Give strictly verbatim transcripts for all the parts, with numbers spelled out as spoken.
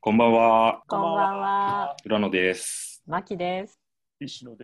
こんばんは。 こんばんは。 浦野です。 まきです。 石野です。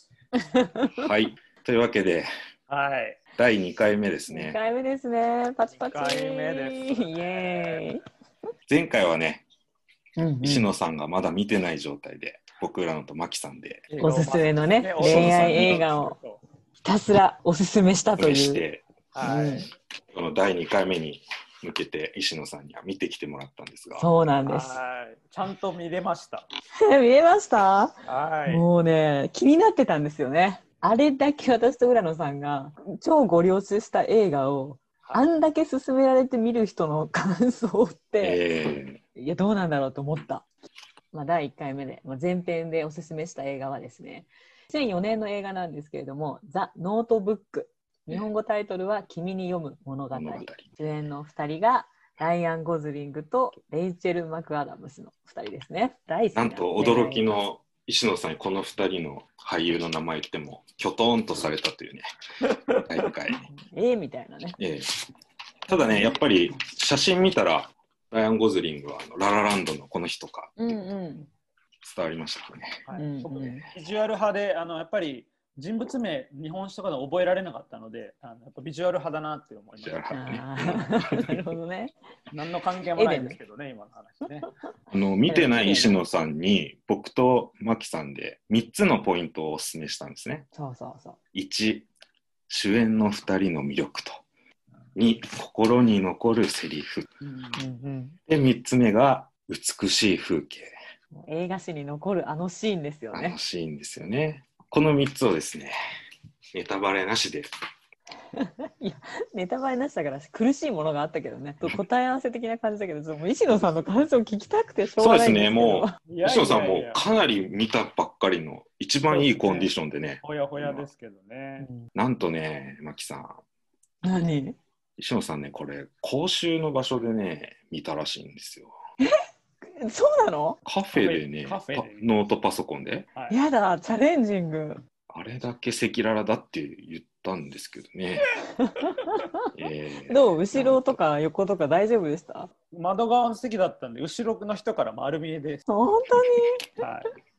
はい。というわけで、 はい。 だいにかいめですね。 にかいめですね。パチパチ。 にかいめですねイエーイ。 前回はね、 うんうん、 石野さんがまだ見てない状態で、僕浦野とまきさんでおすすめのね、 ね恋愛映画をひたすらおすすめしたという。 して、 はい。 このだいにかいめに向けて石野さんには見てきてもらったんですが。 そうなんです。 はい。ちゃんと見れました。 見えました？ はい。 もうね、気になってたんですよね。あれだけ私と浦野さんが超ご了承した映画を、はい、あんだけ勧められて見る人の感想って、えー、いやどうなんだろうと思った。まあ、だいいっかいめで、まあ、前編でおすすめした映画はですね、にせんよねんの映画なんですけれども、ザ・ノートブック。日本語タイトルは君に読む物語。物語。主演のふたりがライアン・ゴズリングとレイチェル・マクアダムスのふたりですね。大好きな。 なんと驚きの石野さんにこのふたりの俳優の名前言ってもきょとんとされたというね。だいいっかいええみたいなね。 ええ。ただね、やっぱり写真見たらライアン・ゴズリングはあのララランドのこの人かって伝わりましたね。 はいうんうん、僕ビジュアル派であのやっぱり人物名日本史とかで覚えられなかったので、あのやっぱビジュアル派だなって思いました。 ね、なるほどね。 何の関係もないですけどね、今の話ね。 あの見てない石野さんに僕とマキさんでみっつのポイントをお勧めしたんですね。 そうそうそう。 いち、主演のふたりの魅力と。に、心に残るセリフ。うんうん、で、みっつめが美しい風景。 映画史に残るあのシーンですよね。 あのシーンですよね。このみっつをですね、ネタバレなしで。 いや、ネタバレなしだから苦しいものがあったけどね。答え合わせ的な感じだけど、もう石野さんの感想を聞きたくてしょうがないんですけど。 そうですね、もう石野さんもかなり見たばっかりの一番いいコンディションでね。 ほやほやですけどね。 なんとね、マキさん。 何？ 石野さんね、これ公衆の場所でね見たらしいんですよ。 え、そうなの？ カフェでね、ノートパソコンで。 はい、やだ、チャレンジング。 あれだけ赤裸々だって言ったんですけどね。 えー、どう？後ろとか横とか大丈夫でした？ 窓側の席だったんで後ろの人から丸見えです。 本当に？ はい。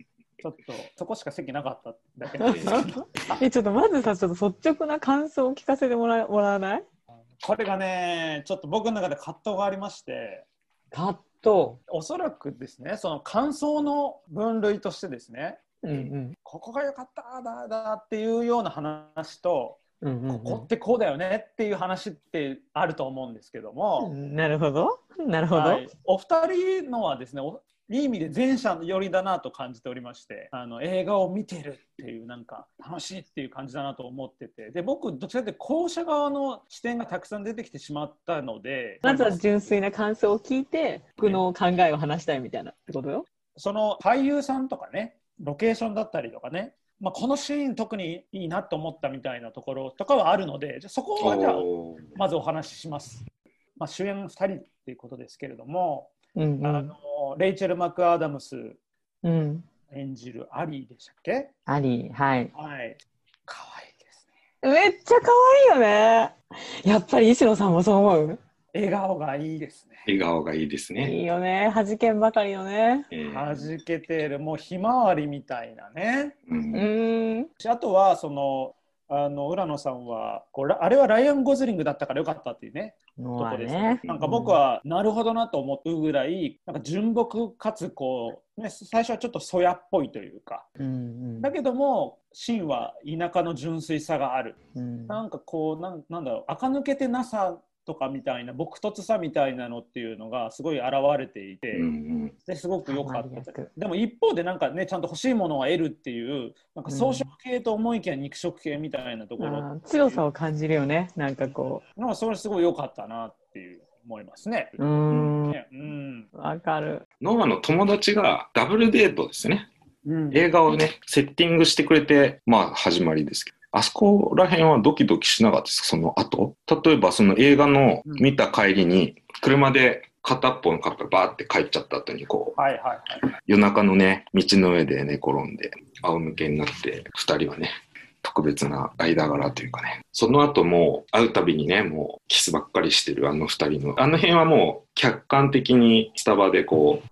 ちょっとそこしか席なかっただけなんですけど。 え、ちょっとまずさ、ちょっと率直な感想を聞かせてもらもらわない？ これがね、ちょっと僕の中で葛藤がありまして。 葛藤？ おそらくですね、その感想の分類としてですね、 うんうん、 ここが良かっただだっていうような話と、 うんうんうん、 ここってこうだよねっていう話ってあると思うんですけども、 なるほどなるほど、はい、 お二人のはですね、いい意味で前者寄りだなと感じておりまして、あの映画を見てるっていうなんか楽しいっていう感じだなと思ってて、で僕どちらかというと後者側の視点がたくさん出てきてしまったので、 まずは純粋な感想を聞いて僕の考えを話したいみたいなってことよ。 その俳優さんとかね、ロケーションだったりとかね、まあ、このシーン特にいいなと思ったみたいなところとかはあるので、じゃそこはじゃあまずお話しします。まあ、主演ふたりっていうことですけれども、うんうん、あのレイチェル・マクアダムス演じるアリーでしたっけ？ アリー、はい。 はい。可愛いですね。めっちゃ可愛いよね。やっぱり石野さんもそう思う？ 笑顔がいいですね。 笑顔がいいですね。 いいよね。弾けんばかりのね。 えー、弾けてる、もうひまわりみたいなね。 うん。 あとはそのあの浦野さんはこうあれはライアン・ゴズリングだったからよかったっていうね。とこですね。なんか僕はなるほどなと思うぐらい、なんか純朴かつこう、ね、最初はちょっとそやっぽいというか、うんうん、だけども芯は田舎の純粋さがある、うん、なんかこう な, なんだろう垢抜けてなさとかみたいな朴突さみたいなのっていうのがすごい現れていて、うんうん、ですごく良かった。でも一方でなんかね、ちゃんと欲しいものを得るっていうなんか草食系と思いきや肉食系みたいなところ、 うん、強さを感じるよね。なんかこうなんかそれすごい良かったなっていう思いますね。 うーん、ね、うん、わかる。 ノアの友達がダブルデートですね、うん、映画をねセッティングしてくれて、まあ始まりですけど、あそこら辺はドキドキしなかったですか？その後、例えばその映画の見た帰りに車で片っぽのカップバーって帰っちゃった後にこう、はいはいはい、夜中のね道の上で寝転んで仰向けになってふたりはね特別な間柄というかね、その後もう会うたびにねもうキスばっかりしてるあのふたりのあの辺はもう客観的にスタバでこう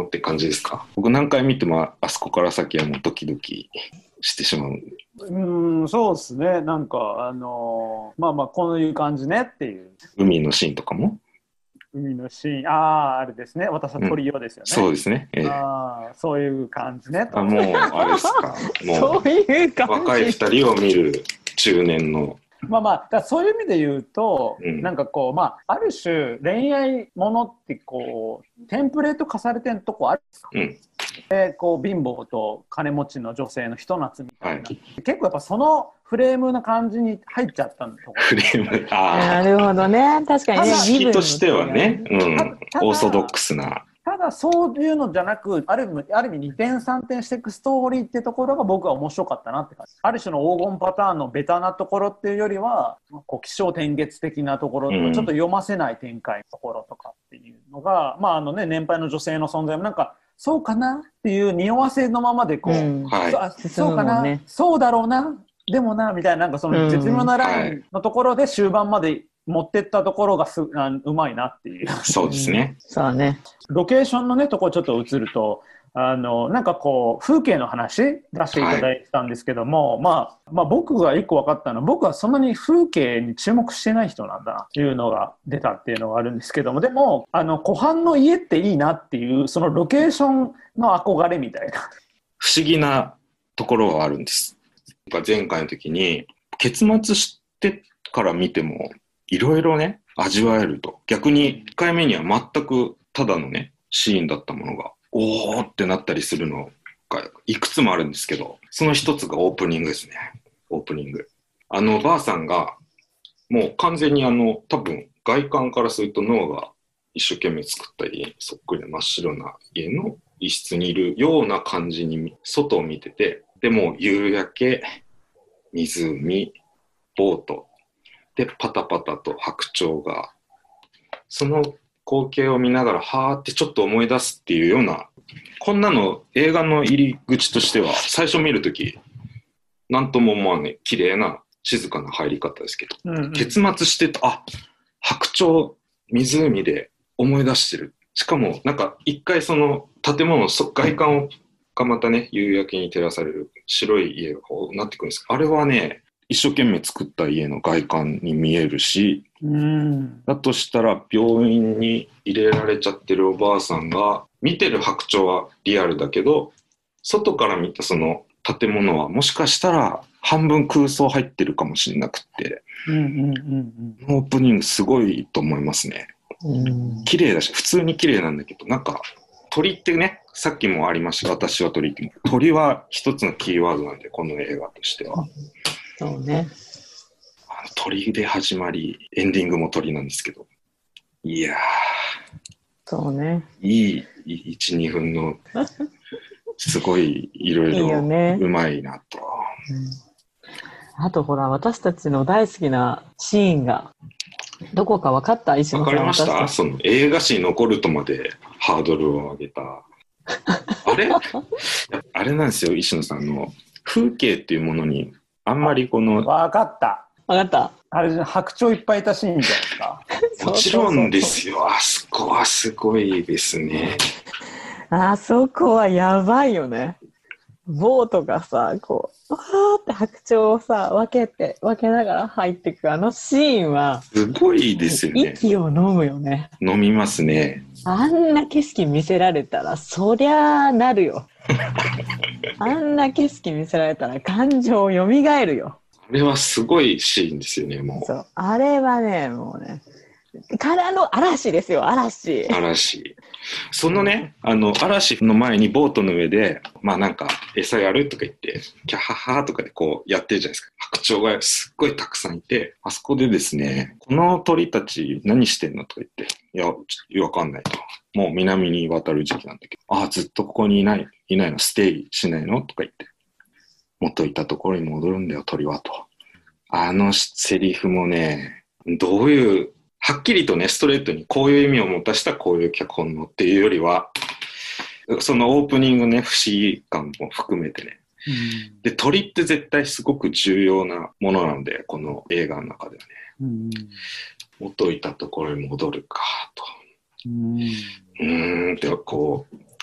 って感じですか？僕何回見てもあそこから先はもうドキドキしてしまう。 うん、そうですね。なんかあのー、まあまあこういう感じねっていう。 海のシーンとかも。 海のシーン、ああ、あれですね。私は鳥用ですよね。 うん、そうですね。えー、 ああ、そういう感じね。 あ、もうあれですか。もうそういう感じ。 若い二人を見る中年の。 まあまあ、だそういう意味で言うと、うん、なんかこう、まあ、ある種恋愛ものってこうテンプレート化されてるとこあるんですか？うん、でこう貧乏と金持ちの女性のひと夏みたいな、はい、結構やっぱそのフレームな感じに入っちゃったんだとフレーム、 あなるほどね。確かにね、 好きとしてはね、うん、オーソドックスな。 ただそういうのじゃなく、ある意味、ある意味二転三転していくストーリーってところが僕は面白かったなって感じ。ある種の黄金パターンのベタなところっていうよりは、こう起承転結的なところとか、うん、ちょっと読ませない展開のところとかっていうのが、まああのね、年配の女性の存在もなんか、そうかなっていう匂わせのままでこう、うんはい、そ, そうかな、ね、そうだろうな、でもなみたいな、なんかその絶妙なラインのところで終盤まで持ってったところがすあうまいなっていう。 そうですね。 そうね。 ロケーションのねところちょっと映ると、あのなんかこう風景の話出していただいてたんですけども、はい、まあ、まあ僕が一個分かったのは、僕はそんなに風景に注目してない人なんだなっていうのが出たっていうのがあるんですけども、でもあの湖畔の家っていいなっていうそのロケーションの憧れみたいな不思議なところがあるんです。前回の時に結末知ってから見てもいろいろね味わえると、逆にいっかいめには全くただのねシーンだったものがおーってなったりするのがいくつもあるんですけど、その一つがオープニングですね。オープニング、あのばあさんがもう完全にあの多分外観からすると脳が一生懸命作った家にそっくりな真っ白な家の一室にいるような感じに外を見てて、でも夕焼け、湖、ボートでパタパタと白鳥が、その光景を見ながらはーってちょっと思い出すっていうような、こんなの映画の入り口としては最初見るときなんとも思わない綺麗な静かな入り方ですけど、うんうん、結末してとあ白鳥湖で思い出してる。しかもなんか一回その建物の外観をがまたね夕焼けに照らされる白い家がこうなってくるんですけど、あれはね一生懸命作った家の外観に見えるし、うんだとしたら病院に入れられちゃってるおばあさんが見てる白鳥はリアルだけど、外から見たその建物はもしかしたら半分空想入ってるかもしれなくて、うんうんうんうん、オープニングすごいと思いますね。うん綺麗だし普通に綺麗なんだけど、なんか鳥ってねさっきもありました、私は鳥って鳥は一つのキーワードなんでこの映画としては。 そうね、 あの鳥で始まりエンディングも鳥なんですけど、いやーそうね、 いい いち,に 分のすごいいろいろうまいなといい、ねうん、あとほら私たちの大好きなシーンがどこか分かった？石野さん。 分かりました。その映画史に残るとまでハードルを上げたあれあれなんですよ、石野さんの風景っていうものにあんまりこの分かった分かったあれ白鳥いっぱいいたシーンじゃないですかもちろんですよ。あそこはすごいですね。 あそこはやばいよね。ボートがさこうわーって白鳥をさ分けて分けながら入っていくあのシーンはすごいですよね。 息を飲むよね。 飲みますね。 あんな景色見せられたらそりゃなるよあんな景色見せられたら感情よみがえるよ。 あれはすごいシーンですよね。もうそうあれはねもうねからの嵐ですよ。嵐嵐そのねあの嵐の前にボートの上でまあなんか餌やるとか言ってキャハハとかでこうやってるじゃないですか。白鳥がすっごいたくさんいて、あそこでですねこの鳥たち何してんのとか言って、いやちょっとわかんないと、もう南に渡る時期なんだけど、ああずっとここにいないいないのステイしないのとか言って、元いたところに戻るんだよ鳥はと。あのセリフもねどういうはっきりとねストレートにこういう意味を持たしたこういう脚本のっていうよりは、そのオープニングね不思議感も含めてね、うん、で鳥って絶対すごく重要なものなのでこの映画の中ではね、うん、元いたところに戻るかと、うん、うーんってこう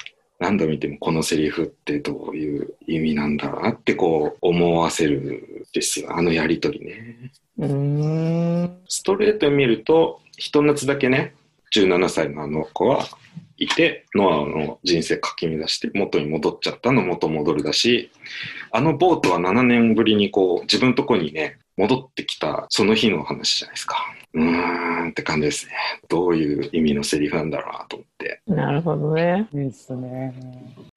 何度見てもこのセリフってどういう意味なんだろうなってこう思わせるんですよ、あのやりとりね。 うーん。 ストレートに見るとひと夏だけね、じゅうななさいのあの子はいて、ノアの人生かき乱して元に戻っちゃったの元戻るだし、あのボートはななねんぶりにこう自分のとこにね戻ってきたその日の話じゃないですか。うーんって感じですね。どういう意味のセリフなんだろうなと思って。 なるほどね。 いいっすね。